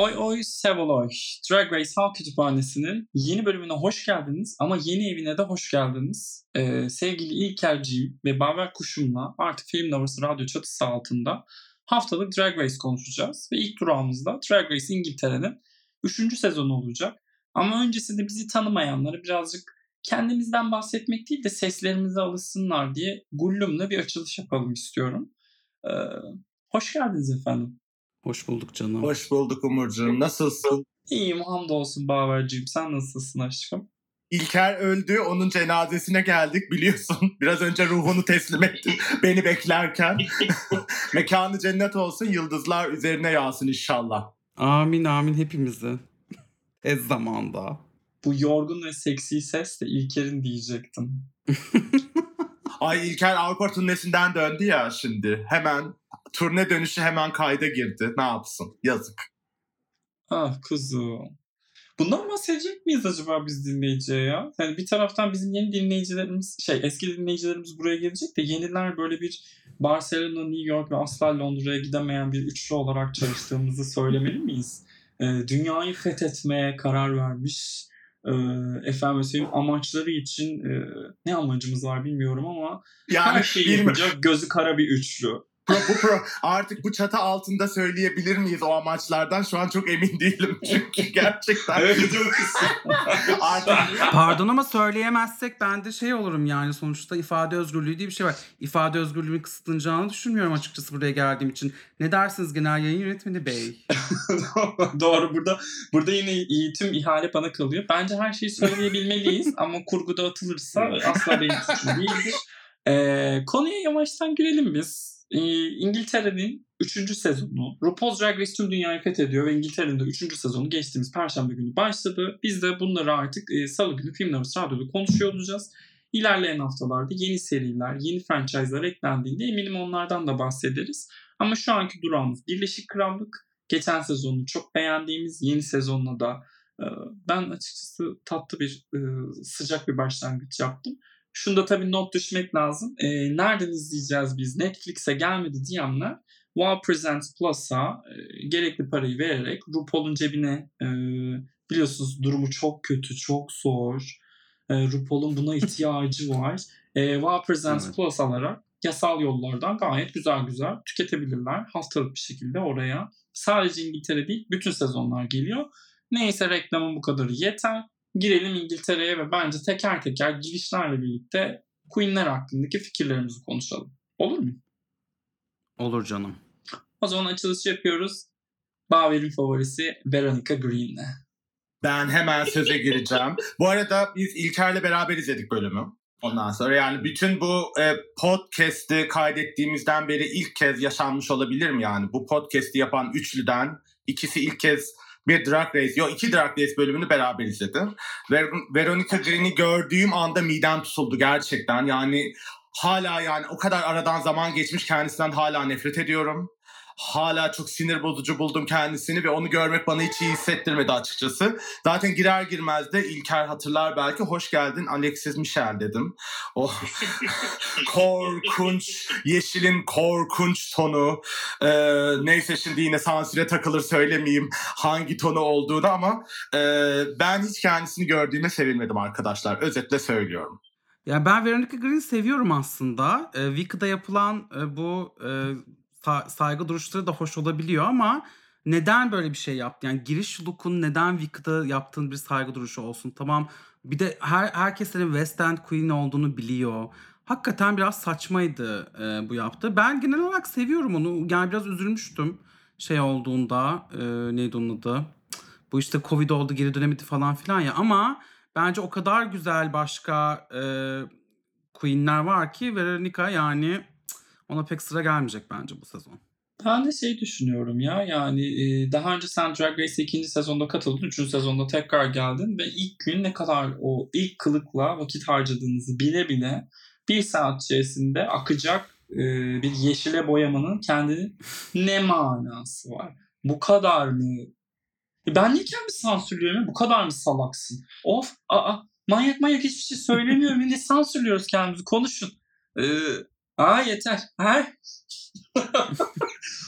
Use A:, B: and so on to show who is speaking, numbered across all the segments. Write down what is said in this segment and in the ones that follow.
A: Oy oy Sevoloy, Drag Race Halk Kütüphanesi'nin yeni bölümüne hoş geldiniz ama yeni evine de hoş geldiniz. Sevgili İlkerciğim ve Baver Kuşum'la artık Film Lovers Radyo çatısı altında haftalık Drag Race konuşacağız. Ve ilk durağımızda Drag Race İngiltere'nin 3. sezonu olacak. Ama öncesinde bizi tanımayanlara birazcık kendimizden bahsetmek değil de seslerimize alışsınlar diye Gullum'la bir açılış yapalım istiyorum. Hoş geldiniz efendim.
B: Hoş bulduk canım.
C: Hoş bulduk Umurcuğum. Nasılsın?
A: İyiyim hamdolsun Baverciğim. Sen nasılsın aşkım?
C: İlker öldü. Onun cenazesine geldik biliyorsun. Biraz önce ruhunu teslim ettim beni beklerken. Mekanı cennet olsun. Yıldızlar üzerine yağsın inşallah.
B: Amin amin hepimizi. Ez zamanda.
A: Bu yorgun ve seksi ses de İlker'in diyecektim.
C: Ay İlker Avrupa turnesinden döndü ya şimdi. Hemen turne dönüşü hemen kayda girdi. Ne yapsın? Yazık.
A: Ah kuzum. Bundan bahsedecek miyiz acaba biz dinleyiciye ya? Yani bir taraftan bizim yeni dinleyicilerimiz, eski dinleyicilerimiz buraya gelecek de yeniler böyle bir Barcelona, New York ve asla Londra'ya gidemeyen bir üçlü olarak çalıştığımızı söylemeli miyiz? Dünyayı fethetmeye karar vermiş. Efendim söyleyeyim amaçları için ne amacımız var bilmiyorum ama
C: yani,
A: her şeyi yapacak gözü kara bir üçlü.
C: Artık bu çatı altında söyleyebilir miyiz o amaçlardan? Şu an çok emin değilim çünkü gerçekten.
A: Artık...
B: Pardon ama söyleyemezsek ben de olurum yani sonuçta ifade özgürlüğü diye bir şey var. İfade özgürlüğünün kısıtlanacağını düşünmüyorum açıkçası buraya geldiğim için. Ne dersiniz genel yayın yönetmeni bey?
A: Doğru burada yine tüm ihale bana kalıyor. Bence her şeyi söyleyebilmeliyiz ama kurguda atılırsa asla benim suçum değildir. Konuya yavaştan girelim biz. İngiltere'nin 3. sezonu RuPaul's Drag Race tüm dünyayı fethediyor ve İngiltere'nin de 3. sezonu geçtiğimiz Perşembe günü başladı. Biz de bunları artık Salı günü Film Lovers Radyo'da konuşuyor olacağız. İlerleyen haftalarda yeni seriler, yeni franchise'lar eklendiğinde eminim onlardan da bahsederiz. Ama şu anki durağımız Birleşik Krallık. Geçen sezonu çok beğendiğimiz yeni sezonla da ben açıkçası tatlı bir sıcak bir başlangıç yaptım. Şunda tabii not düşmek lazım. Nereden izleyeceğiz biz? Netflix'e gelmedi diyenler Wow Presents Plus'a gerekli parayı vererek RuPaul'un cebine biliyorsunuz durumu çok kötü, çok zor. RuPaul'un buna ihtiyacı var. Wow Presents evet. Plus alarak yasal yollardan gayet güzel tüketebilirler. Haftalık bir şekilde oraya. Sadece İngiltere değil, bütün sezonlar geliyor. Neyse reklamın bu kadarı yeter. Girelim İngiltere'ye ve bence teker teker girişlerle birlikte Queen'ler hakkındaki fikirlerimizi konuşalım. Olur mu?
B: Olur canım.
A: O zaman açılışı yapıyoruz. Baver'in favorisi Veronica Green'le.
C: Ben hemen söze gireceğim. Bu arada biz İlker'le beraber izledik bölümü. Ondan sonra yani bütün bu podcast'i kaydettiğimizden beri ilk kez yaşanmış olabilir mi yani? Bu podcast'i yapan üçlüden ikisi ilk kez bir Drag Race, iki Drag Race bölümünü beraber izledim. Veronica Green'i gördüğüm anda midem tutuldu gerçekten. Yani hala yani o kadar aradan zaman geçmiş kendisinden hala nefret ediyorum. Hala çok sinir bozucu buldum kendisini ve onu görmek bana hiç iyi hissettirmedi açıkçası. Zaten girer girmez de İlker hatırlar belki hoş geldin Alexis Michelle dedim. O korkunç, yeşilin korkunç tonu. Neyse şimdi yine sansüre takılır söylemeyeyim hangi tonu olduğunu ama ben hiç kendisini gördüğüme sevinmedim arkadaşlar. Özetle söylüyorum.
B: Ya ben Veronica Green'i seviyorum aslında. Wicked'da yapılan bu... saygı duruşları da hoş olabiliyor ama neden böyle bir şey yaptı? Yani giriş look'un neden Wicked'a yaptığın bir saygı duruşu olsun? Tamam bir de herkes senin West End Queen olduğunu biliyor. Hakikaten biraz saçmaydı bu yaptı. Ben genel olarak seviyorum onu. Yani biraz üzülmüştüm olduğunda neydi onun adı? Bu işte Covid oldu geri dönemedi falan filan ya ama bence o kadar güzel başka Queen'ler var ki Veronica yani ona pek sıra gelmeyecek bence bu sezon.
A: Ben de düşünüyorum ya yani daha önce sen Drag Race 2. sezonda katıldın, 3. sezonda tekrar geldin ve ilk gün ne kadar o ilk kılıkla vakit harcadığınızı bile bile 1 saat içerisinde akacak bir yeşile boyamanın kendine ne manası var? Bu kadar mı? Ben niye kendimi sansürlüyorum? Bu kadar mı salaksın? Of manyak hiçbir şey söylemiyorum. Ne sansürlüyoruz kendimizi? Konuşun. Yeter.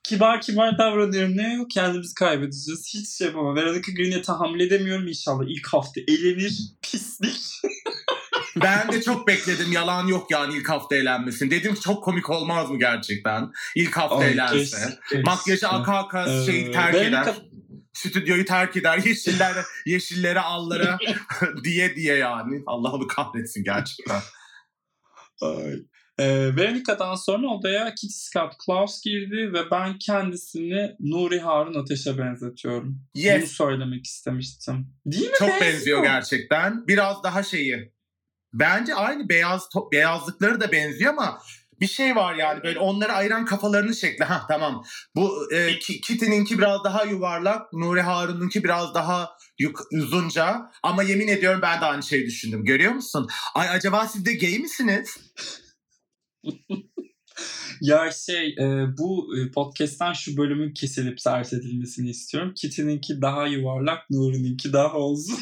A: kibar kibar davranıyorum. Ne yok, kendimizi kaybedeceğiz. Hiç şey yapamam. Veronica Green'e tahammül edemiyorum, inşallah ilk hafta elenir. Pislik.
C: Ben de çok bekledim, yalan yok yani ilk hafta eğlenmesin. Dedim ki çok komik olmaz mı gerçekten ilk hafta eğlense. Makyajı aka şeyi terk eder. Stüdyoyu terk eder. Yeşillere allara diye yani. Allah onu kahretsin gerçekten.
A: Ay. Veronica'dan sonra odaya Kitty Scott Claus girdi ve ben kendisini Nuri Harun Ateş'e benzetiyorum.
C: Yes.
A: Bunu söylemek istemiştim. Değil mi?
C: Çok benziyor gerçekten. Biraz daha şeyi. Bence aynı beyazlıkları da benziyor ama bir şey var yani böyle onları ayıran kafalarının şekli. Ha tamam. Bu Kitty'ninki biraz daha yuvarlak, Nuri Harun'unki biraz daha uzunca. Ama yemin ediyorum ben de aynı şeyi düşündüm. Görüyor musun? Ay acaba siz de gay misiniz?
A: Ya bu podcast'tan şu bölümün kesilip servis edilmesini istiyorum. Kitty'ninki daha yuvarlak, Nuri'ninki daha uzun.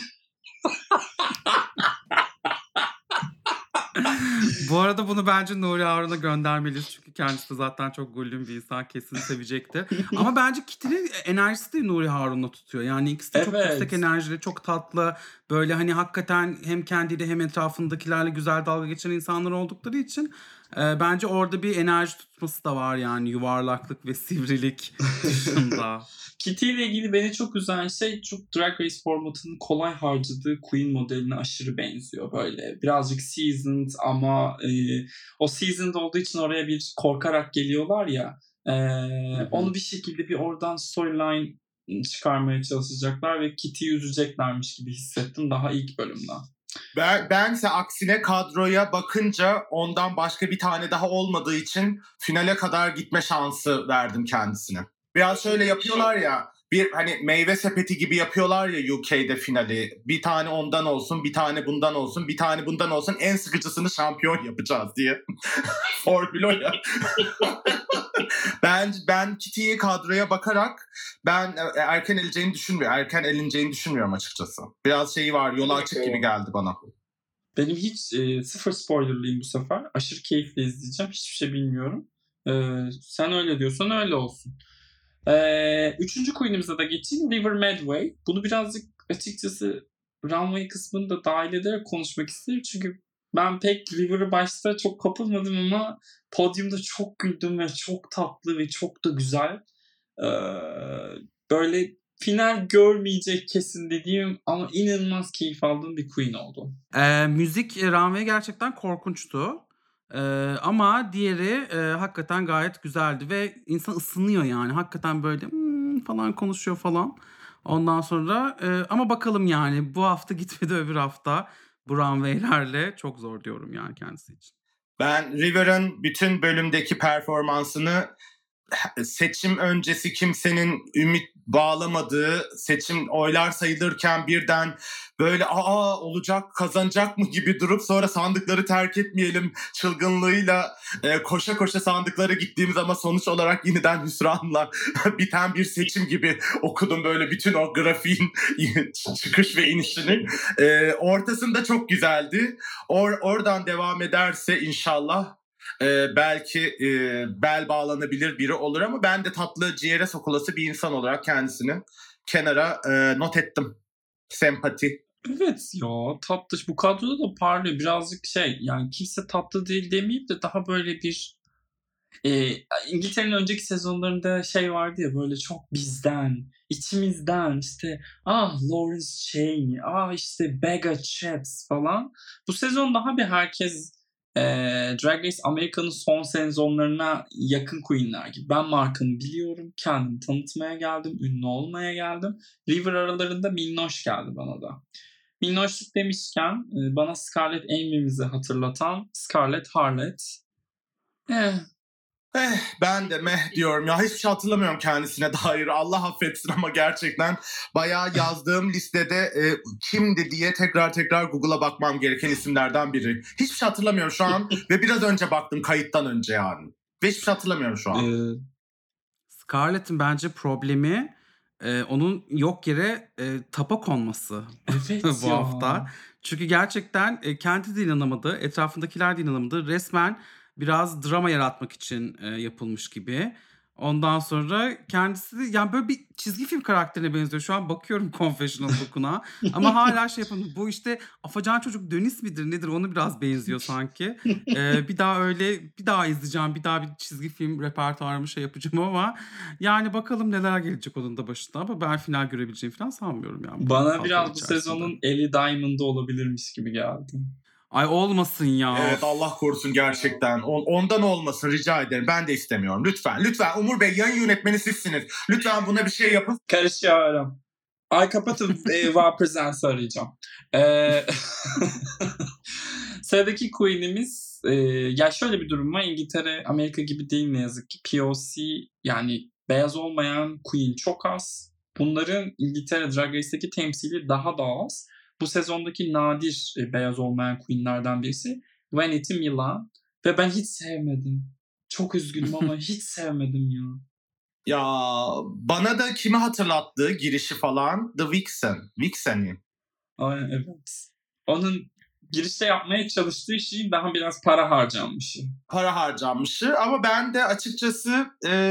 B: Bu arada bunu bence Nuri Harun'a göndermeliyiz. Çünkü kendisi de zaten çok gullüm bir insan. Kesin sevecekti. Ama bence Kitty'nin enerjisi de Nuri Harun'la tutuyor. Yani ikisi de çok yüksek enerjili, çok tatlı. Böyle hani hakikaten hem kendiyle hem etrafındakilerle güzel dalga geçen insanlar oldukları için bence orada bir enerji tutması da var yani yuvarlaklık ve sivrilik dışında.
A: Kitty ile ilgili beni çok üzen şey, çok Drag Race formatının kolay harcadığı Queen modeline aşırı benziyor böyle. Birazcık seasoned ama o seasoned olduğu için oraya bir korkarak geliyorlar ya. Onu bir şekilde bir oradan storyline çıkarmaya çalışacaklar ve Kitty'yi üzeceklermiş gibi hissettim daha ilk bölümden.
C: Bense aksine kadroya bakınca ondan başka bir tane daha olmadığı için finale kadar gitme şansı verdim kendisine. Biraz şöyle yapıyorlar ya, bir hani meyve sepeti gibi yapıyorlar ya UK'de finali. Bir tane ondan olsun, bir tane bundan olsun, bir tane bundan olsun. En sıkıcısını şampiyon yapacağız diye. Formül o ya. Ben Kitty'yi kadroya bakarak ben erken eleneceğini düşünmüyorum açıkçası. Biraz şeyi var, yolu açık gibi geldi bana.
A: Benim hiç sıfır spoilerlıyım bu sefer. Aşırı keyifle izleyeceğim. Hiçbir şey bilmiyorum. Sen öyle diyorsan öyle olsun. Üçüncü Queen'imize de geçeyim. River Medway. Bunu birazcık açıkçası runway kısmını da dahil ederek konuşmak isterim. Çünkü ben pek River'ı başta çok kapılmadım ama podyumda çok güldüm ve çok tatlı ve çok da güzel. Böyle final görmeyecek kesin dediğim ama inanılmaz keyif aldığım bir Queen oldu.
B: Müzik runway gerçekten korkunçtu. Ama diğeri hakikaten gayet güzeldi ve insan ısınıyor yani. Hakikaten böyle falan konuşuyor falan. Ondan sonra ama bakalım yani bu hafta gitmedi öbür hafta bu runway'lerle çok zor diyorum yani kendisi için.
C: Ben River'ın bütün bölümdeki performansını seçim öncesi kimsenin ümit bağlamadığı, seçim oylar sayılırken birden böyle olacak, kazanacak mı gibi durup sonra sandıkları terk etmeyelim çılgınlığıyla koşa koşa sandıklara gittiğimiz ama sonuç olarak yeniden hüsranla biten bir seçim gibi okudum böyle bütün o grafiğin çıkış ve inişini. Ortasında çok güzeldi. Oradan devam ederse inşallah belki bel bağlanabilir biri olur ama ben de tatlı ciğere sokulası bir insan olarak kendisini kenara not ettim. Sempati.
A: Evet ya, tatlı. Bu kadroda da parlıyor. Birazcık yani kimse tatlı değil demeyeyim de daha böyle bir İngiltere'nin önceki sezonlarında vardı ya böyle çok bizden, içimizden işte Lawrence Chaney, işte Becca Chaps falan. Bu sezon daha bir herkes Drag Race Amerika'nın son sezonlarına yakın Queen'ler gibi. Ben markamı biliyorum. Kendimi tanıtmaya geldim. Ünlü olmaya geldim. River aralarında minnoş geldi bana da. Minnoşluk demişken bana Scarlett Envy'mizi hatırlatan Scarlett Harlett.
C: Ben de diyorum ya, hiçbir şey hatırlamıyorum kendisine dair, Allah affetsin ama gerçekten bayağı yazdığım listede kimdi diye tekrar Google'a bakmam gereken isimlerden biri. Hiçbir şey hatırlamıyorum şu an ve biraz önce baktım kayıttan önce yani. Ve hiçbir şey hatırlamıyorum şu an.
B: Scarlett'in bence problemi onun yok yere tapa konması bu hafta. Çünkü gerçekten kendi de inanamadı, etrafındakiler de inanamadı. Resmen biraz drama yaratmak için yapılmış gibi. Ondan sonra kendisi de yani böyle bir çizgi film karakterine benziyor. Şu an bakıyorum Confessional Book'una. Ama hala şey yapalım. Bu işte Afacan Çocuk Dönis midir nedir onu biraz benziyor sanki. Bir daha izleyeceğim. Bir daha bir çizgi film repertuarımı şey yapacağım ama yani bakalım neler gelecek onun da başında. Ama ben final görebileceğimi falan sanmıyorum yani.
A: Bana biraz bu sezonun Ellie Diamond'ı olabilirmiş gibi geldi.
B: Ay olmasın ya.
C: Evet, Allah korusun gerçekten. Ondan olmasın, rica ederim. Ben de istemiyorum. Lütfen. Umur Bey, yayın yönetmeni sizsiniz. Lütfen buna bir şey yapın.
A: Karışıyorum. Ay kapatın. Wow Presence'ı arayacağım. Sıradaki Queen'imiz ya şöyle bir durum var. İngiltere Amerika gibi değil ne yazık ki. POC yani beyaz olmayan Queen çok az. Bunların İngiltere Drag Race'deki temsili daha da az. Bu sezondaki nadir beyaz olmayan Queen'lerden birisi Vanity Milan. Ve ben hiç sevmedim. Çok üzgünüm ama hiç sevmedim ya.
C: Ya bana da kimi hatırlattı girişi falan? The Vixen. Vixen'i.
A: Ay, evet. Onun girişte yapmaya çalıştığı şeyin daha biraz para harcanmışı.
C: Ama ben de açıkçası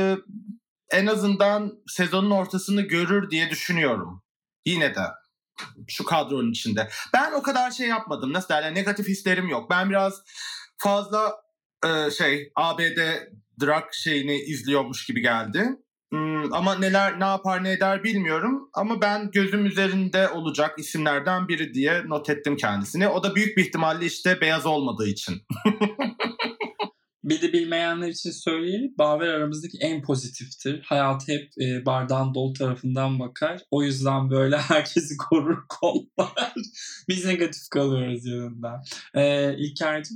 C: en azından sezonun ortasını görür diye düşünüyorum. Yine de şu kadronun içinde. Ben o kadar şey yapmadım. Nasıl derler? Negatif hislerim yok. Ben biraz fazla ABD drag şeyini izliyormuş gibi geldi. Ama ne yapar ne eder bilmiyorum. Ama ben gözüm üzerinde olacak isimlerden biri diye not ettim kendisini. O da büyük bir ihtimalle işte beyaz olmadığı için.
A: Bir de bilmeyenler için söyleyeyim. Baver aramızdaki en pozitiftir. Hayat hep bardağın dolu tarafından bakar. O yüzden böyle herkesi korur kollar. Biz negatif kalıyoruz yanında. İlker'cim?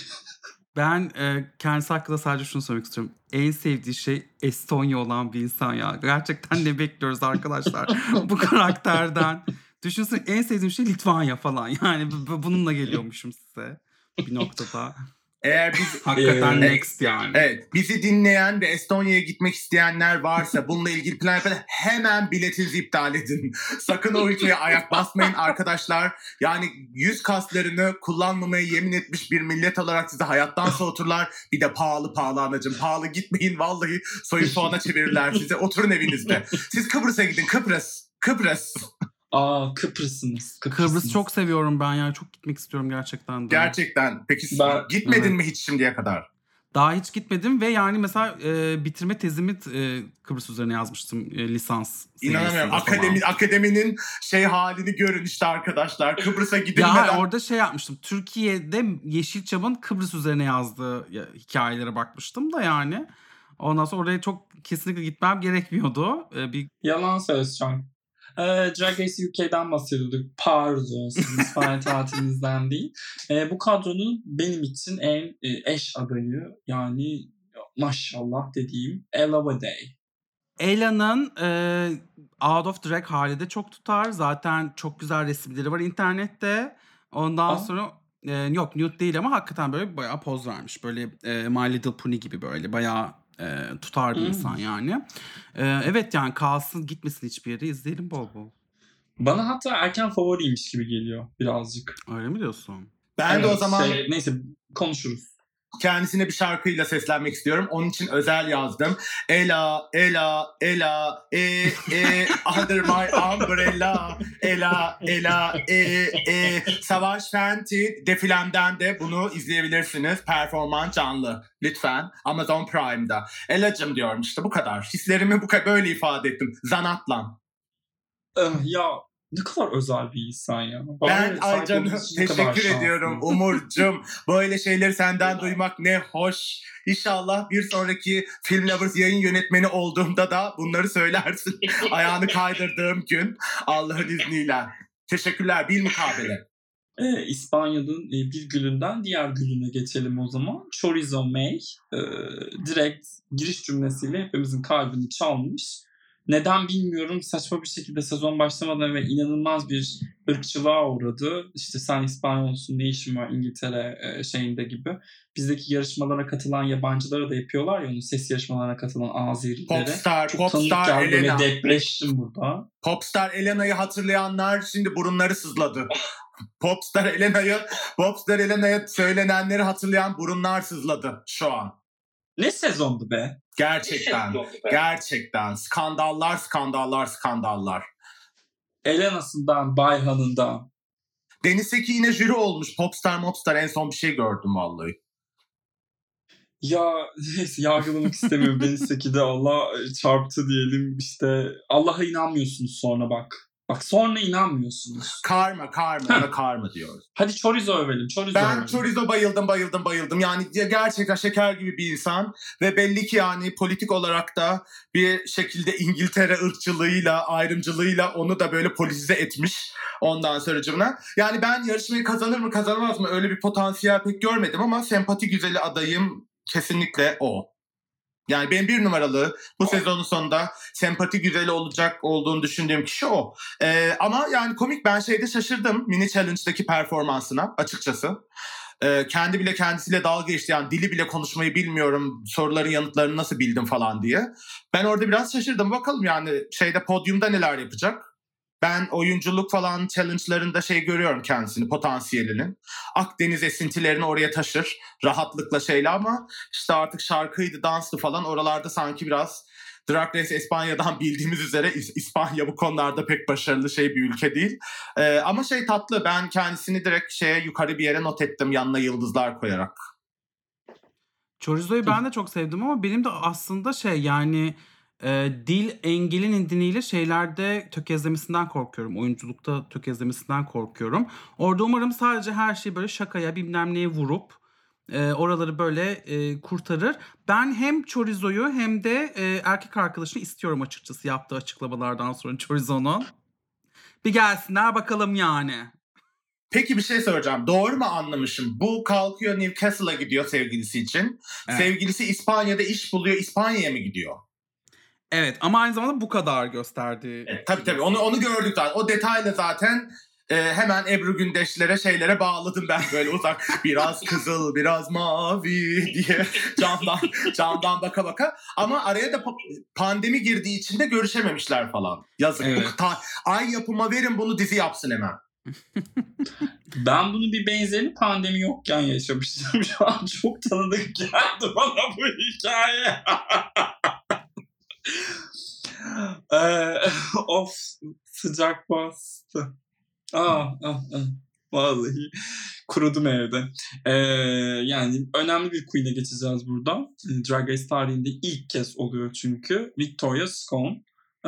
B: Ben kendisi hakkında sadece şunu söylemek istiyorum. En sevdiği şey Estonya olan bir insan ya. Gerçekten ne bekliyoruz arkadaşlar bu karakterden. Düşünsene en sevdiğim şey Litvanya falan. Yani bununla geliyormuşum size bir noktada.
C: Eğer biz
B: hakikaten next yani.
C: Evet, bizi dinleyen ve Estonya'ya gitmek isteyenler varsa bununla ilgili plan yapın, hemen biletinizi iptal edin. Sakın o ülkeye ayak basmayın arkadaşlar. Yani yüz kaslarını kullanmamaya yemin etmiş bir millet olarak sizi hayattan soğuturlar. Bir de pahalı anacığım. Pahalı gitmeyin, vallahi soyu soğana çevirirler size. Oturun evinizde. Siz Kıbrıs'a gidin. Kıbrıs.
A: Aa, Kıbrıs.
B: Kıbrıs çok seviyorum ben ya. Çok gitmek istiyorum gerçekten de.
C: Gerçekten. Peki gitmedin mi hiç şimdiye kadar?
B: Daha hiç gitmedim ve yani mesela bitirme tezimi Kıbrıs üzerine yazmıştım lisans.
C: İnanamıyorum. Akademinin halini görün işte arkadaşlar. Kıbrıs'a gidilmeden.
B: Ya orada yapmıştım. Türkiye'de Yeşilçam'ın Kıbrıs üzerine yazdığı hikayelere bakmıştım da yani. Ondan sonra oraya çok kesinlikle gitmem gerekmiyordu.
A: Yalan söylüyorsun. Drag Race UK'den bahsediyorduk. Pardon, sizin İspanya tatilinizden değil. Bu kadronun benim için en eş adayı, yani maşallah dediğim Ella Vaday.
B: Ella'nın Out of Drag hali de çok tutar. Zaten çok güzel resimleri var internette. Ondan sonra yok nude değil ama hakikaten böyle bayağı poz vermiş. Böyle My Little Pony gibi böyle bayağı tutar bir insan yani. Evet yani kalsın gitmesin hiçbir yere, izleyelim bol bol.
A: Bana hatta erken favoriymiş gibi geliyor birazcık.
B: Öyle mi diyorsun?
C: Ben de o zaman
A: neyse konuşuruz.
C: Kendisine bir şarkıyla seslenmek istiyorum. Onun için özel yazdım. Ella, under my umbrella. Ella, Savaş Fenty defilemden de bunu izleyebilirsiniz. Performans canlı. Lütfen. Amazon Prime'da. Ella'cığım diyorum işte bu kadar. Hislerimi böyle ifade ettim. Zanatla.
A: Ya ne kadar özel bir insan ya.
C: Ben Aycan'ı teşekkür ediyorum Umur'cum. Böyle şeyleri senden duymak ne hoş. İnşallah bir sonraki Film Lovers yayın yönetmeni olduğumda da bunları söylersin. Ayağını kaydırdığım gün Allah'ın izniyle. Teşekkürler bilmukabele.
A: İspanya'nın bir gülünden diğer gülüne geçelim o zaman. Chorizo May direkt giriş cümlesiyle hepimizin kalbini çalmış. Neden bilmiyorum, saçma bir şekilde sezon başlamadan ve inanılmaz bir ırkçılığa uğradı. İşte sen İspanyolsun, ne işin var İngiltere şeyinde gibi. Bizdeki yarışmalara katılan yabancılara da yapıyorlar ya, onun ses yarışmalarına katılan Azerilere.
C: Popstar Elena.
A: Ve depreştim burada.
C: Popstar Elena'yı hatırlayanlar şimdi burunları sızladı. Popstar Elena'ya söylenenleri hatırlayan burunlar sızladı şu an.
A: Ne sezondu be?
C: Gerçekten. Skandallar.
A: Elena'sından, Bayhan'ından.
C: Deniz Seki yine jüri olmuş. Popstar en son bir şey gördüm vallahi.
A: Ya neyse yargılamak istemiyorum. Deniz Seki'de Allah çarptı diyelim. İşte Allah'a inanmıyorsunuz sonra bak. Bak sonra inanmıyorsunuz.
C: Karma ona karma diyoruz.
A: Hadi Chorizo övelim.
C: Ben Chorizo bayıldım. Yani gerçekten şeker gibi bir insan. Ve belli ki yani politik olarak da bir şekilde İngiltere ırkçılığıyla, ayrımcılığıyla onu da böyle politize etmiş. Ondan sonracığımına. Yani ben yarışmayı kazanır mı kazanamaz mı öyle bir potansiyel pek görmedim ama sempati güzeli adayım kesinlikle o. Yani benim 1 numaralı bu sezonun sonunda sempati güzeli olduğunu düşündüğüm kişi o. Ama yani komik, ben şeyde şaşırdım mini challenge'daki performansına açıkçası. Kendi bile kendisiyle dalga geçti, yani dili bile konuşmayı bilmiyorum, soruların yanıtlarını nasıl bildim falan diye. Ben orada biraz şaşırdım, bakalım yani podyumda neler yapacak. Ben oyunculuk falan challenge'larında görüyorum kendisini, potansiyelini. Akdeniz esintilerini oraya taşır rahatlıkla ama işte artık şarkıydı, danstı falan, oralarda sanki biraz Drag Race İspanya'dan bildiğimiz üzere İspanya bu konularda pek başarılı bir ülke değil. Ama tatlı, ben kendisini direkt yukarı bir yere not ettim, yanına yıldızlar koyarak.
B: Chorizo'yu ben de çok sevdim ama benim de aslında dil engeli nedeniyle şeylerde tökezlemesinden korkuyorum. Oyunculukta tökezlemesinden korkuyorum. Orada umarım sadece her şeyi böyle şakaya bilmem neye vurup oraları böyle kurtarır. Ben hem Chorizo'yu hem de erkek arkadaşını istiyorum açıkçası, yaptığı açıklamalardan sonra Chorizo'nun. Bir gelsinler bakalım yani.
C: Peki bir şey soracağım. Doğru mu anlamışım? Bu kalkıyor Newcastle'a gidiyor sevgilisi için. Evet. Sevgilisi İspanya'da iş buluyor. İspanya'ya mı gidiyor?
B: Evet, ama aynı zamanda bu kadar gösterdi.
C: Tabii. Onu gördük zaten. O detayla zaten hemen Ebru Gündeşlere bağladım ben böyle uzak. Biraz kızıl, biraz mavi diye camdan baka. Ama araya da pandemi girdiği için de görüşememişler falan. Yazık. Evet. Ay yapıma verin bunu, dizi yapsın hemen.
A: Ben bunu bir benzerini pandemi yokken yaşamıştım. Şu an çok tanıdık geldi bana bu hikaye. Of, sıcak bastı. Vallahi kurudum evde. Yani önemli bir queen'e geçeceğiz burada. Drag Race tarihinde ilk kez oluyor çünkü. Victoria Scone.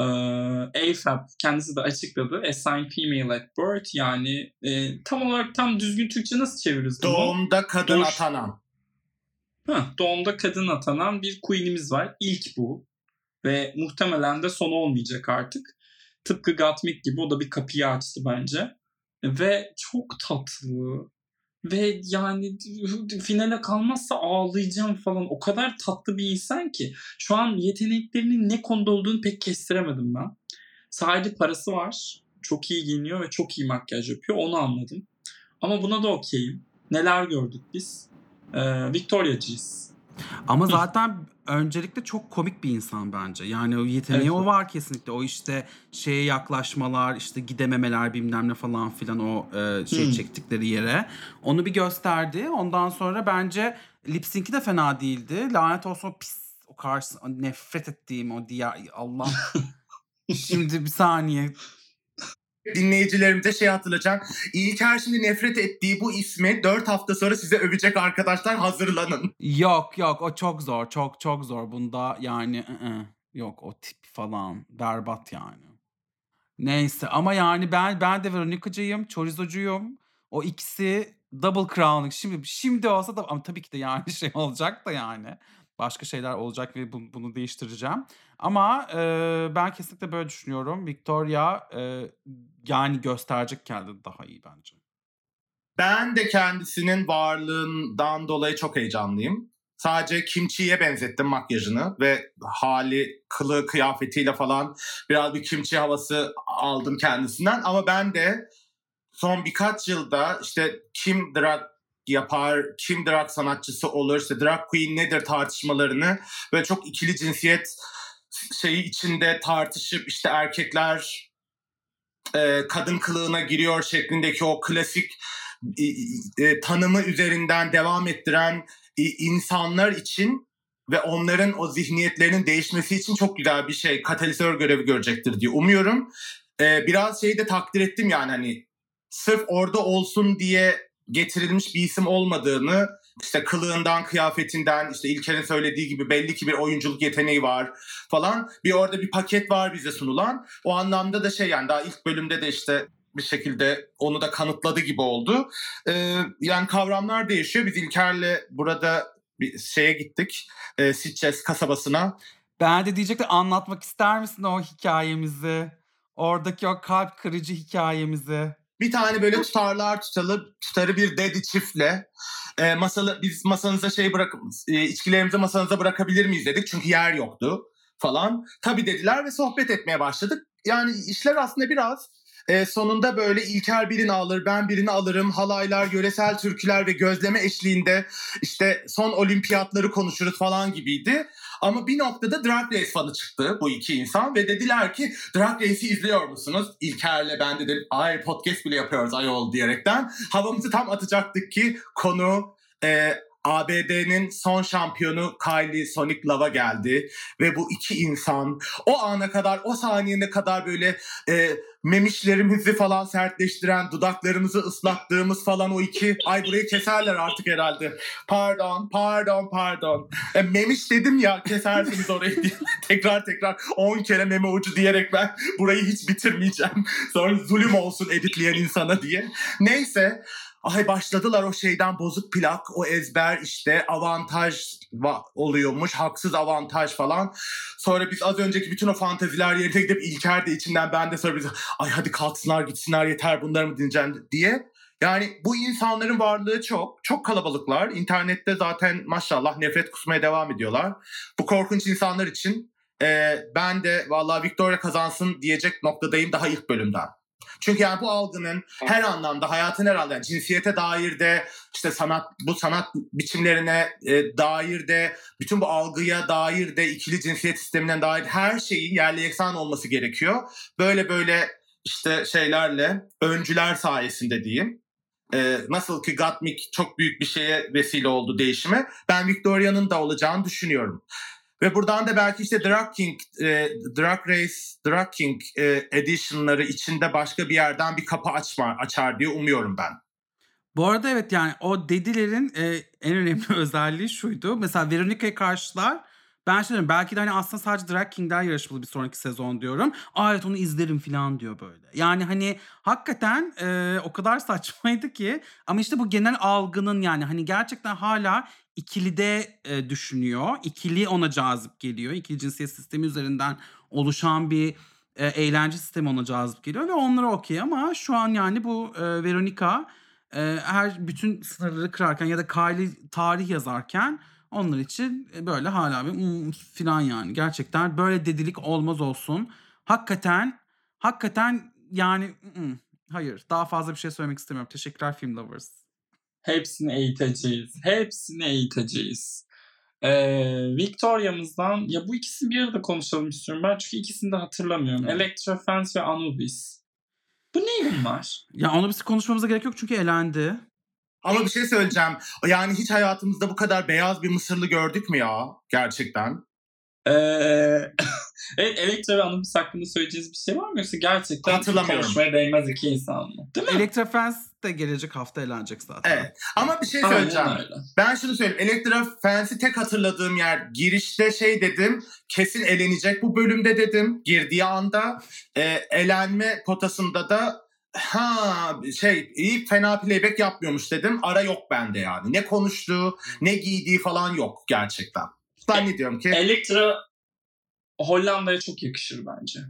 A: AFAB kendisi de açıkladı. Assigned Female at Birth, yani tam düzgün Türkçe nasıl çeviririz bunu?
C: Doğumda kadın atanan.
A: Doğumda kadın atanan bir queen'imiz var. İlk bu. Ve muhtemelen de sonu olmayacak artık. Tıpkı Gottmik gibi o da bir kapıyı açtı bence. Ve çok tatlı. Ve yani finale kalmazsa ağlayacağım falan. O kadar tatlı bir insan ki. Şu an yeteneklerinin ne konuda olduğunu pek kestiremedim ben. Sadece parası var. Çok iyi giyiniyor ve çok iyi makyaj yapıyor. Onu anladım. Ama buna da okeyim. Neler gördük biz? Victoria'cıyız.
B: Ama zaten öncelikle çok komik bir insan bence. Yani o yeteneği evet, o var kesinlikle. O şeye yaklaşmalar, gidememeler bilmem ne falan filan, o çektikleri yere. Onu bir gösterdi. Ondan sonra bence lip sync'i de fena değildi. Lanet olsun o pis, o karşı nefret ettiğim o diğer, Allah. Şimdi bir saniye.
C: Dinleyicilerimize hatırlayacağım. İlker şimdi nefret ettiği bu ismi 4 hafta sonra size övecek arkadaşlar, hazırlanın.
B: Yok o çok zor, çok zor bunda yani. Yok, o tip falan berbat yani. Neyse ama yani ben de Veronica'cıyım, Chorizo'cuyum. O ikisi double crown'lık. Şimdi olsa da, ama tabii ki de yani olacak da yani. Başka şeyler olacak ve bunu değiştireceğim. Ama ben kesinlikle böyle düşünüyorum. Victoria yani gösterecek kendini daha iyi bence.
C: Ben de kendisinin varlığından dolayı çok heyecanlıyım. Sadece Kimchi'ye benzettim makyajını ve hali, kılı, kıyafetiyle falan biraz bir Kimchi havası aldım kendisinden. Ama ben de son birkaç yılda kim drag yapar, kim drag sanatçısı olur, drag queen nedir tartışmalarını böyle çok ikili cinsiyet içinde tartışıp erkekler kadın kılığına giriyor şeklindeki o klasik tanımı üzerinden devam ettiren insanlar için ve onların o zihniyetlerinin değişmesi için çok güzel bir şey, katalizör görevi görecektir diye umuyorum. Biraz şeyi de takdir ettim yani hani sırf orada olsun diye getirilmiş bir isim olmadığını, işte kılığından, kıyafetinden, işte İlker'in söylediği gibi belli ki bir oyunculuk yeteneği var falan. Orada bir paket var bize sunulan. O anlamda da şey yani daha ilk bölümde de işte bir şekilde onu da kanıtladı gibi oldu. Yani kavramlar değişiyor. Biz İlker'le burada bir şeye gittik. Sitges kasabasına.
B: Ben de diyecektim, anlatmak ister misin o hikayemizi? Oradaki o kalp kırıcı hikayemizi.
C: Bir tane böyle tutarı bir dedi çiftle biz masanıza içkilerimizi masanıza bırakabilir miyiz dedik. Çünkü yer yoktu falan. Tabii dediler ve sohbet etmeye başladık. Yani işler aslında biraz sonunda böyle İlker birini alır, ben birini alırım. Halaylar, yöresel türküler ve gözleme eşliğinde işte son olimpiyatları konuşuruz falan gibiydi. Ama bir noktada Drag Race fanı çıktı bu iki insan ve dediler ki Drag Race'i izliyor musunuz? İlker'le ben de dedim ay podcast bile yapıyoruz ayol diyerekten. Havamızı tam atacaktık ki konu ABD'nin son şampiyonu Kylie Sonic Love'a geldi. Ve bu iki insan o ana kadar, o saniyene kadar böyle memişlerimizi falan sertleştiren, dudaklarımızı ıslattığımız falan o iki... Ay burayı keserler artık herhalde. Pardon. Memiş dedim ya, kesersiniz orayı diye. tekrar 10 kere meme ucu diyerek ben burayı hiç bitirmeyeceğim. Sonra zulüm olsun editleyen insana diye. Neyse. Ay başladılar o şeyden, bozuk plak, o ezber işte avantaj oluyormuş, haksız avantaj falan. Sonra biz az önceki bütün o fanteziler yerine gidip İlker de içinden, ben de sonra biz ay hadi kalksınlar gitsinler yeter bunları mı dinleyeceğim diye. Yani bu insanların varlığı çok kalabalıklar. İnternette zaten maşallah nefret kusmaya devam ediyorlar. Bu korkunç insanlar için ben de vallahi Victoria kazansın diyecek noktadayım daha ilk bölümden. Çünkü yani bu algının her anlamda, hayatın her anlamda, yani cinsiyete dair de, işte sanat biçimlerine dair de, bütün bu algıya dair de, ikili cinsiyet sistemine dair her şeyin yerli yeksan olması gerekiyor. Böyle işte şeylerle, öncüler sayesinde diyeyim. Nasıl ki Gottmik çok büyük bir şeye vesile oldu, değişime. Ben Victoria'nın da olacağını düşünüyorum. Ve buradan da belki işte Drag King edition'ları içinde başka bir yerden bir kapı açar diye umuyorum ben.
B: Bu arada evet, yani o dedilerin en önemli özelliği şuydu. Mesela Veronica'yı karşılar. Ben şey diyorum, belki de hani aslında sadece Drag King'ler yarışmalı bir sonraki sezon diyorum. Evet onu izlerim falan diyor böyle. Yani hani hakikaten o kadar saçmaydı ki. Ama işte bu genel algının, yani hani gerçekten hala ikilide düşünüyor. İkili ona cazip geliyor. İkili cinsiyet sistemi üzerinden oluşan bir eğlence sistemi ona cazip geliyor. Ve onlara okey, ama şu an yani bu Veronica her bütün sınırları kırarken ya da Kylie tarih yazarken onlar için böyle hala bir filan yani. Gerçekten böyle dedilik olmaz olsun. Hakikaten yani hayır, daha fazla bir şey söylemek istemiyorum. Teşekkürler Film Lovers.
A: Hepsini eğiteceğiz. Victoria'mızdan ya bu ikisini bir arada konuşalım istiyorum ben, çünkü ikisini de hatırlamıyorum. Elektra Fans ve Anubis. Bu ne bunlar?
B: Ya Anubis'i konuşmamıza gerek yok çünkü elendi.
C: Ama bir şey söyleyeceğim. Yani hiç hayatımızda bu kadar beyaz bir Mısırlı gördük mü ya? Gerçekten.
A: Evet, Elektra ve Anubis hakkında söyleyeceğiz bir şey var mı? Yoksa gerçekten
C: hatırlamıyorum.
A: Konuşmaya değmez iki insan mı? Değil mi?
B: Elektra Fans de gelecek hafta eğlenecek zaten.
C: Evet. Ama bir şey söyleyeceğim. Ben şunu söyleyeyim. Elektra Fans'i tek hatırladığım yer, girişte şey dedim. Kesin elenecek bu bölümde dedim. Girdiği anda elenme potasında da iyi fena playback yapmıyormuş dedim. Ara yok bende yani. Ne konuştuğu, ne giydiği falan yok gerçekten. Zannediyorum ki
A: Elektra Hollanda'ya çok yakışır bence.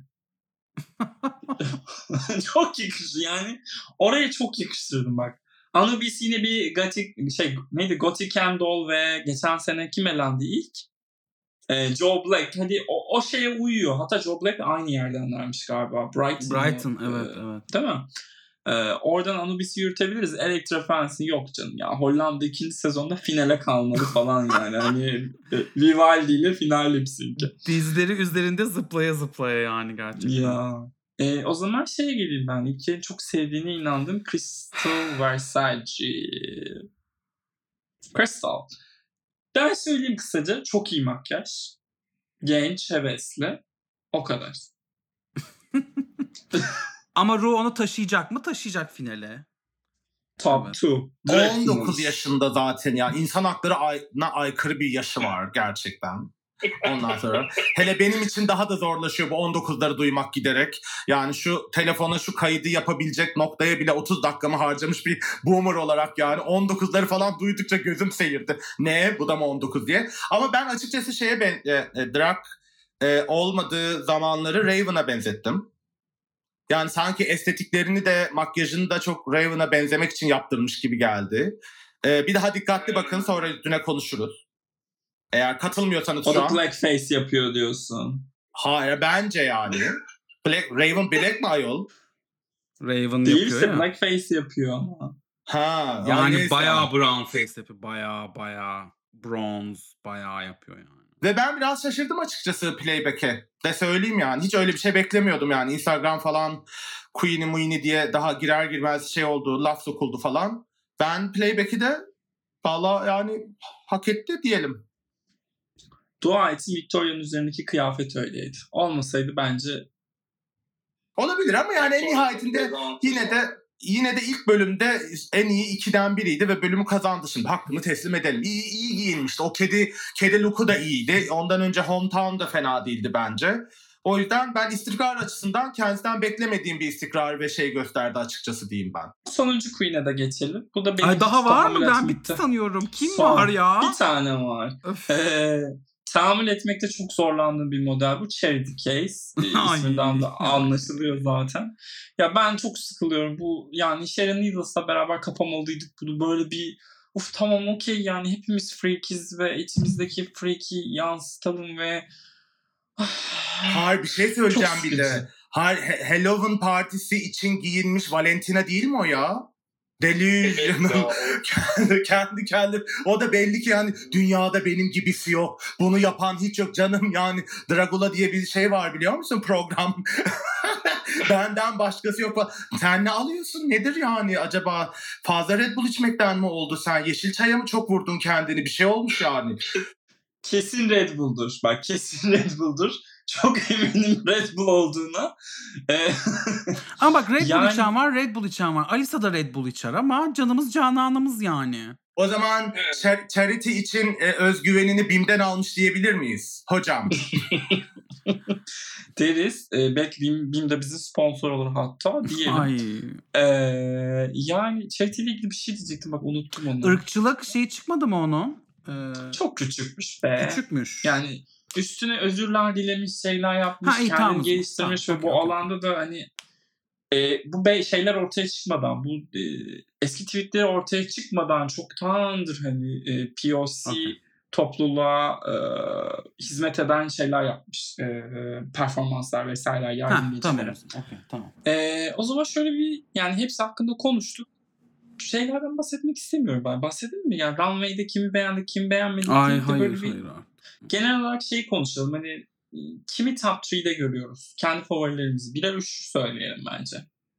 A: Çok yakışır yani. Oraya çok yakıştırdım bak. Anubis yine bir Gothic Candle ve geçen sene kim elendi ilk? Joe Black. Hadi o şeye uyuyor. Hatta Joe Black de aynı yerdenlermiş galiba.
B: Brighton evet.
A: Değil mi? Oradan Anubis'i yürütebiliriz. Elektra Fans'i yok canım ya. Hollanda 2. sezonda finale kalmalı falan yani. Hani Vivaldi ile final lip-sync'i.
B: Dizleri üzerinde zıplaya yani gerçekten.
A: Ya. O zaman şeye geleyim ben. İlker'in çok sevdiğine inandığım Crystal Versace. Crystal. Ben söyleyeyim kısaca. Çok iyi makyaj. Genç, hevesli. O kadar.
B: Ama Ru onu taşıyacak mı? Taşıyacak finale.
A: Top
B: Evet.
A: 2.
C: 19 yaşında zaten ya. İnsan haklarına aykırı bir yaşı var gerçekten. Ondan sonra hele benim için daha da zorlaşıyor bu 19'ları duymak giderek. Yani şu telefona şu kaydı yapabilecek noktaya bile 30 dakikamı harcamış bir boomer olarak yani 19'ları falan duydukça gözüm seyirdi. Ne? Bu da mı 19 diye. Ama ben açıkçası drag olmadığı zamanları Raven'a benzettim. Yani sanki estetiklerini de makyajını da çok Raven'a benzemek için yaptırmış gibi geldi. Bir daha dikkatli bakın, sonra üstüne konuşuruz. Eğer katılmıyorsanız
A: O
C: şu
A: da
C: an.
A: blackface yapıyor diyorsun.
C: Hayır bence yani. Raven Black mi ayol?
B: Raven
A: Değil
B: yapıyor
A: işte
B: ya.
A: blackface yapıyor ama.
C: Ha,
B: Yani
C: neyse.
B: bayağı brown face yapıyor. Bayağı bronze bayağı yapıyor yani.
C: Ve ben biraz şaşırdım açıkçası playback'e. De söyleyeyim yani. Hiç öyle bir şey beklemiyordum yani. Instagram falan Queenie diye daha girer girmez şey oldu, laf sokuldu falan. Ben playback'i de valla yani hak etti diyelim.
A: Dua etsin Victoria'nın üzerindeki kıyafet öyleydi. Olmasaydı bence...
C: Olabilir ama yani en nihayetinde yine de ilk bölümde en iyi 2'den biriydi ve bölümü kazandı şimdi. Hakkını teslim edelim. İyi giyinmişti. O kedi look'u da iyiydi. Ondan önce Hometown da fena değildi bence. O yüzden ben istikrar açısından kendisinden beklemediğim bir istikrar ve şey gösterdi açıkçası diyeyim ben.
A: Sonuncu Queen'e de geçelim. Bu da benim
B: Ay daha var mı? Ben
A: tahammül
B: bitti sanıyorum. Kim
A: Son.
B: var ya?
A: Bir tane var.
B: Öf.
A: Tahammül etmekte çok zorlandığım bir model bu. Charity Case. İsminden de anlaşılıyor zaten. Ya ben çok sıkılıyorum. Bu yani Sharon Needles'la beraber kapamalıydık bunu. Böyle bir tamam okey yani hepimiz freakiz ve içimizdeki freaki yansıtalım ve
C: Hayır, bir şey söyleyeceğim
A: Çok
C: bir de. Hayır, Halloween partisi için giyinmiş Valentina değil mi o ya? Delusional. kendi o da belli ki yani dünyada benim gibisi yok. Bunu yapan hiç yok canım yani. Dragula diye bir şey var biliyor musun program? Benden başkası yok. Sen ne alıyorsun? Nedir yani acaba? Fazla Red Bull içmekten mi oldu sen? Yeşil çaya mı çok vurdun kendini? Bir şey olmuş yani.
A: Kesin Red Bull'dur. Bak kesin Red Bull'dur. Çok eminim Red Bull olduğuna.
B: Ama bak Red Bull içen var, Red Bull içen var. Alisa da Red Bull içer ama canımız cananımız yani.
C: O zaman Charity için özgüvenini BİM'den almış diyebilir miyiz hocam?
A: Deriz. Belki BİM de bizi sponsor olur hatta diyelim.
B: Ay.
A: Yani Charity ile ilgili bir şey diyecektim bak unuttum onu.
B: Irkçılık şeyi çıkmadı mı onun?
A: Çok küçükmüş be.
B: Küçükmüş.
A: Yani üstüne özürler dilemiş, şeyler yapmış, kendini
B: tamam.
A: geliştirmiş
B: Tamam,
A: ve bu
B: okey.
A: alanda da hani bu şeyler ortaya çıkmadan, bu eski tweetleri ortaya çıkmadan çoktandır hani POC topluluğa hizmet eden şeyler yapmış. Performanslar vesaire, yardım geçişleri.
B: Tamam.
A: O zaman şöyle bir yani hepsi hakkında konuştuk. Şeylerden bahsetmek istemiyorum ben. Bahsedelim mi? Yani Runway'de kimi beğendik, kimi beğenmedik değil de böyle bir genel olarak konuşalım. Hani kimi top 3'de görüyoruz? Kendi favorilerimizi. Birer 3 söyleyelim bence.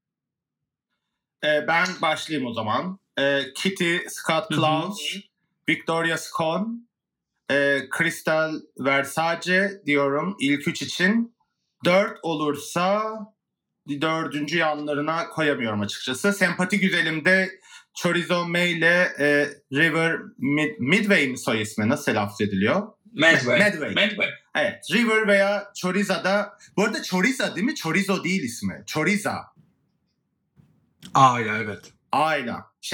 C: Ben başlayayım o zaman. Kitty, Scott Klaus, Victoria Scone, Crystal Versace diyorum ilk 3 için. 4 olursa 4. yanlarına koyamıyorum açıkçası. Sempati güzelimde Chorizo May ile River Midway mi soy ismi? Nasıl telaffuz ediliyor?
A: Medway.
C: Evet. River veya Choriza'da. Bu arada Choriza değil mi? Chorizo değil ismi. Choriza.
B: Aile evet.
C: Aile.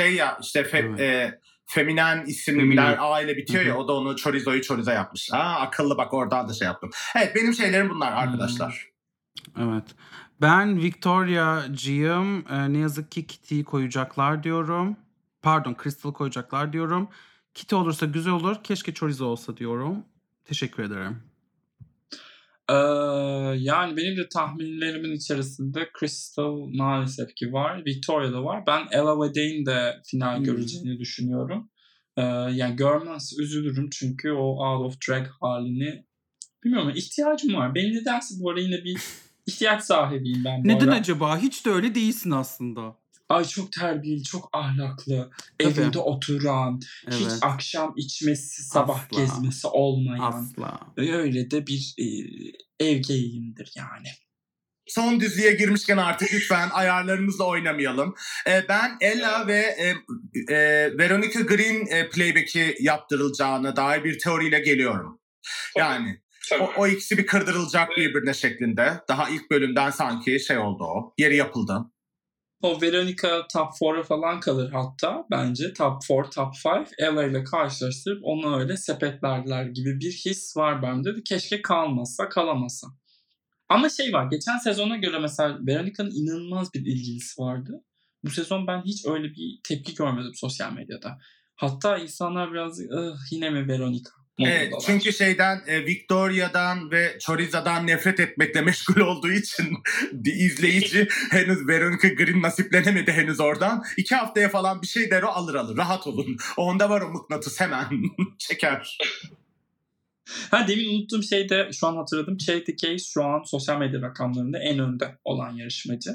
C: Feminen isimler aile bitiyor ya, o da onu Choriza yapmış. Akıllı bak, oradan da şey yaptım. Evet, benim şeylerim bunlar arkadaşlar.
B: Evet. Ben Victoria'cıyım. Ne yazık ki Kitty'yi koyacaklar diyorum. Pardon, Crystal koyacaklar diyorum. Kitty olursa güzel olur. Keşke Chorizo olsa diyorum. Teşekkür ederim.
A: Yani benim de tahminlerimin içerisinde Crystal maalesef ki var. Victoria da var. Ben Ella ve Dane de final göreceğini düşünüyorum. Yani görmezse üzülürüm çünkü o out of drag halini bilmiyorum, ihtiyacım var. Benim nedense bu arada yine bir ihtiyaç sahibiyim ben bu
B: Neden
A: ara.
B: acaba? Hiç de öyle değilsin aslında.
A: Ay çok terbiyeli, çok ahlaklı,
B: Tabii.
A: evinde oturan, hiç
B: Evet.
A: akşam içmesi, sabah
B: Asla.
A: gezmesi olmayan.
B: Asla.
A: Öyle de bir ev geyiyimdir yani.
C: Son düzlüğe girmişken artık lütfen ayarlarımızla oynamayalım. Ben Ella ve Veronica Green playback'i yaptırılacağına dair bir teoriyle geliyorum. Yani o ikisi bir kırdırılacak birbirine şeklinde. Daha ilk bölümden sanki şey oldu o. Yeri yapıldı.
A: O Veronica top 4'a falan kalır hatta bence. Top 4, top 5. Ella ile karşılaştırıp onu öyle sepetlerler gibi bir his var bende. Keşke kalamasa. Ama şey var, geçen sezona göre mesela Veronica'nın inanılmaz bir ilgilisi vardı. Bu sezon ben hiç öyle bir tepki görmedim sosyal medyada. Hatta insanlar biraz yine mi Veronica?
C: Evet, çünkü Victoria'dan ve Choriza'dan nefret etmekle meşgul olduğu için izleyici henüz Veronica Green nasiplenemedi henüz oradan. 2 haftaya falan bir şey der o alır. Rahat olun. Onda var o mıknatıs hemen çeker.
A: Demin unuttuğum şey de şu an hatırladım. Charity Case şu an sosyal medya rakamlarında en önde olan yarışmacı.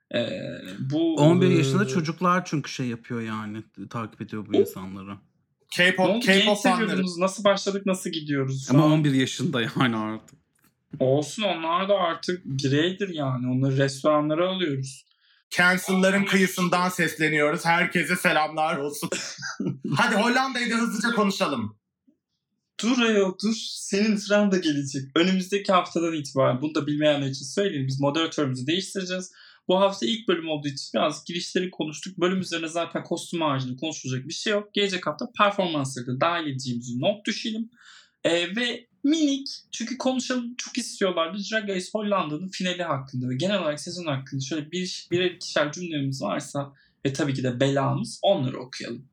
A: Bu
B: 11 yaşında çocuklar çünkü şey yapıyor yani. Takip ediyor bu insanları.
A: K-pop fanları. Nasıl başladık, nasıl gidiyoruz?
B: Ama 11 yaşında yani artık.
A: Olsun, onlar da artık bireydir yani. Onları restoranlara alıyoruz.
C: Cancel'ların kıyısından sesleniyoruz. Herkese selamlar olsun. Hadi Hollanda'yı da hızlıca konuşalım.
A: Dur ayol dur. Senin sıran da gelecek. Önümüzdeki haftadan itibaren bunu da bilmeyenler için söyleyeyim. Biz moderatörümüzü değiştireceğiz. Bu hafta ilk bölüm olduğu için biraz girişleri konuştuk. Bölüm üzerine zaten kostüm haricinde konuşulacak bir şey yok. Gelecek hafta performansları da dahil edeceğimizi not düşelim. Ve minik, çünkü konuşalım çok istiyorlardı, Drag Race Hollanda'nın finali hakkında ve genel olarak sezon hakkında şöyle birer ikişer cümlemiz varsa ve tabii ki de belamız, onları okuyalım.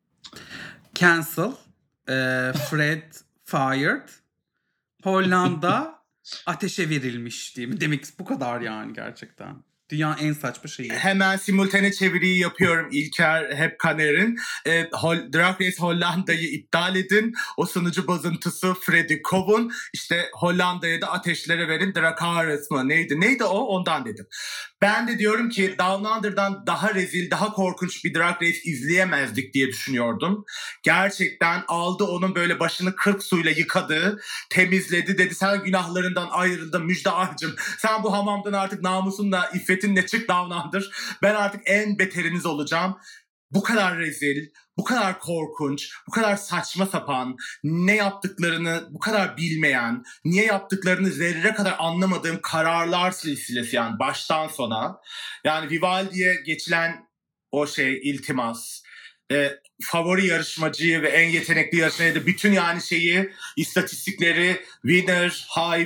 B: Cancel, Fred fired, Hollanda ateşe verilmiş diye mi? Demek bu kadar yani gerçekten. Dünyanın en saçma şeyi.
C: Hemen simultane çeviriyi yapıyorum İlker Hepkaner'in. Drag Race Hollanda'yı iptal edin. O sunucu bozuntusu Freddy Kovun. İşte Hollanda'ya da ateşlere verin. Drakaris mı? Neydi o? Ondan dedim. Ben de diyorum ki Down Under'dan daha rezil, daha korkunç bir Drag Race izleyemezdik diye düşünüyordum. Gerçekten aldı onun böyle başını 40 suyla yıkadı, temizledi, dedi sen günahlarından ayrıldın Müjde Arcım. Sen bu hamamdan artık namusunla, iffetinle çık Down Under. Ben artık en beteriniz olacağım. Bu kadar rezil, bu kadar korkunç, bu kadar saçma sapan, ne yaptıklarını bu kadar bilmeyen, niye yaptıklarını zerre kadar anlamadığım kararlar silsilesi yani baştan sona. Yani Vivaldi'ye geçilen o iltimas, favori yarışmacıyı ve en yetenekli yarışmacıyı da bütün yani istatistikleri winner,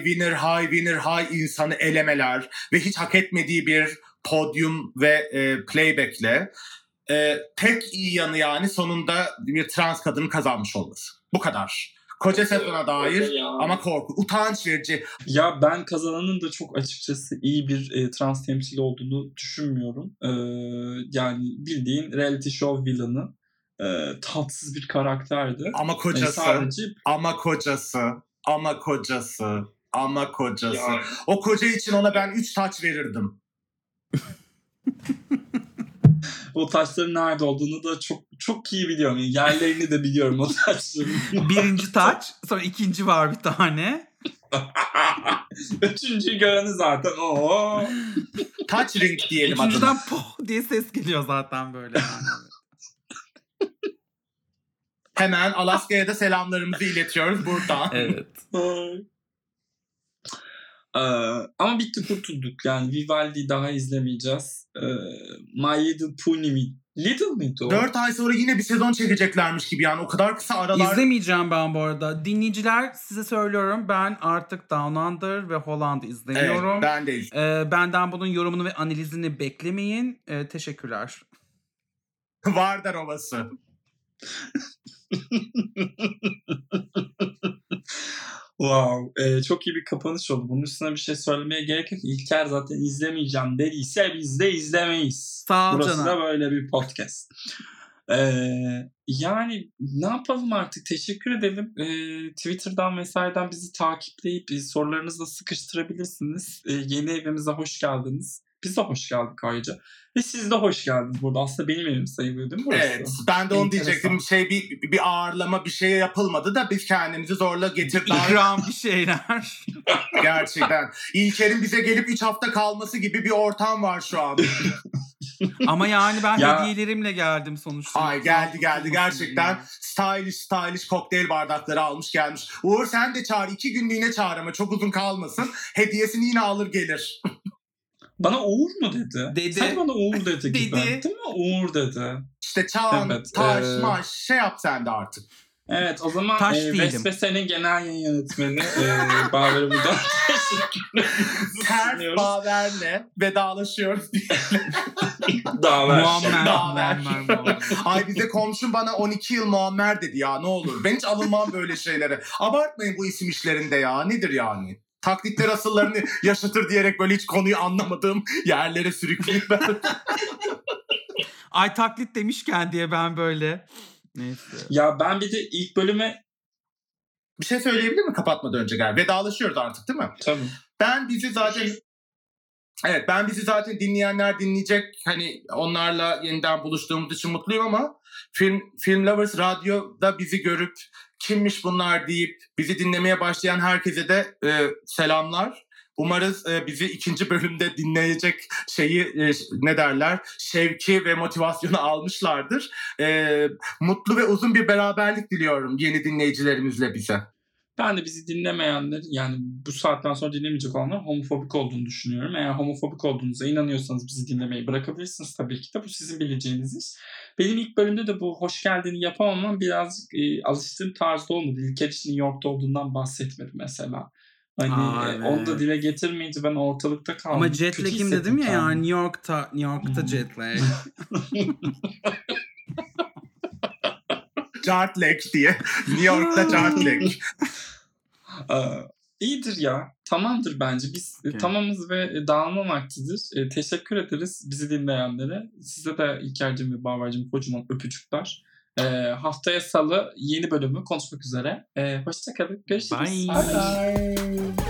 C: high insanı elemeler ve hiç hak etmediği bir podyum ve playback'le. Tek iyi yanı yani sonunda bir trans kadın kazanmış olması. Bu kadar. Koca sezona dair ama korku. Utanç verici.
A: Ya ben kazananın da çok açıkçası iyi bir trans temsili olduğunu düşünmüyorum. Yani bildiğin reality show villainı. Tatsız bir karakterdi.
C: Ama kocası. Ama kocası. Yani. O koca için ona ben 3 taç verirdim.
A: O taçların nerede olduğunu da çok iyi biliyorum. Yani yerlerini de biliyorum o taçların.
B: Birinci taç, sonra ikinci var bir tane.
A: Üçüncüyü göreni zaten o.
C: Taç ring diyelim adına.
B: Üçüncüden poh diye ses geliyor zaten böyle yani.
C: Hemen Alaska'ya da selamlarımızı iletiyoruz buradan.
B: Evet.
A: Ama bitti, kurtulduk. Yani Vivaldi daha izlemeyeceğiz. My Little Pony mi? Little miydi o?
C: 4 ay sonra yine bir sezon çekeceklermiş gibi yani. O kadar kısa aralar.
B: İzlemeyeceğim ben bu arada. Dinleyiciler, size söylüyorum, ben artık Down Under ve Hollanda izlemiyorum.
C: Evet, ben de izliyorum.
B: Benden bunun yorumunu ve analizini beklemeyin. Teşekkürler.
C: Vardar Ovası.
A: Wow. Çok iyi bir kapanış oldu. Bunun üstüne bir şey söylemeye gerek yok. İlker zaten izlemeyeceğim dediyse biz de izlemeyiz.
B: Sağ ol
A: Burası
B: canım.
A: da böyle bir podcast. Yani ne yapalım artık, teşekkür edelim. Twitter'dan vesaireden bizi takipleyip sorularınızla sıkıştırabilirsiniz. Yeni evimize hoş geldiniz. Biz de hoş geldik ayrıca. Ve siz de hoş geldiniz burada. Aslında benim evim sayılıyor değil mi burası?
C: Evet, ben de onu
A: Enteresan.
C: diyecektim. Bir ağırlama bir şey yapılmadı da biz kendimizi zorla getirdik.
B: İkram bir şeyler.
C: Gerçekten. İlker'in bize gelip 3 hafta kalması gibi bir ortam var şu an.
B: Ama yani ben
A: Ya-
B: hediyelerimle geldim sonuçta.
C: Ay geldi gerçekten. Stylish kokteyl bardakları almış gelmiş. Uğur sen de çağır. 2 günlüğüne çağır ama çok uzun kalmasın. Hediyesini yine alır gelir.
A: Bana Uğur mu dedi?
B: Dedi.
A: Sanki bana Uğur dedi gibi.
B: Dedi.
A: Değil mi? Uğur dedi.
C: İşte çağın,
A: Evet,
C: taş, maş şey yap sen de artık.
A: Evet o zaman
B: Taş değilim.
A: Vesvese'nin genel yayın yönetmeni Baver'e buradan
C: Ters
A: sunuyoruz.
C: Baver'le vedalaşıyoruz diye.
A: Daver.
B: Muammer.
C: Ay bize komşum bana 12 yıl Muammer dedi ya ne olur. Ben hiç alınmam böyle şeylere. Abartmayın bu isim işlerinde ya. Nedir yani? Taklitler asıllarını yaşatır diyerek böyle hiç konuyu anlamadığım yerlere sürükleyip ben.
B: Ay taklit demişken diye ben böyle. Neyse.
A: Ya ben bir de ilk bölüme
C: Bir şey söyleyebilir mi kapatmadan önce gel? Vedalaşıyoruz artık değil mi?
A: tabii.
C: Ben bizi zaten dinleyenler dinleyecek. Hani onlarla yeniden buluştuğumuz için mutluyum ama Film Lovers Radyo'da bizi görüp kimmiş bunlar deyip bizi dinlemeye başlayan herkese de selamlar. Umarız bizi 2. bölümde dinleyecek şevki ve motivasyonu almışlardır. Mutlu ve uzun bir beraberlik diliyorum yeni dinleyicilerimizle bize.
A: Ben de bizi dinlemeyenler yani bu saatten sonra dinlemeyecek olanlar homofobik olduğunu düşünüyorum. Eğer homofobik olduğunuza inanıyorsanız bizi dinlemeyi bırakabilirsiniz tabii ki de. Bu sizin bileceğiniz iş. Benim ilk bölümde de bu hoş geldini yapamamam birazcık alıştığım tarzda olmadı. İlker için New York'ta olduğundan bahsetmedi mesela. Hani
B: Evet.
A: onu da dile getirmeyince ben ortalıkta kaldım.
B: Ama jet
A: Kötü
B: lag'im
A: hissettim
B: dedim ya
A: kendimi.
B: yani New York'ta jet lag.
C: Jartlek diye. New York'ta Jartlek.
A: İyidir ya. Tamamdır bence. Biz
B: Okay.
A: tamamız ve dağılma vaktidir. Teşekkür ederiz bizi dinleyenlere. Size de İlker'cim ve Baver'cim kocaman öpücükler. Haftaya salı yeni bölümü konuşmak üzere. Hoşçakalın. Görüşürüz.
B: Bye.
A: Bye.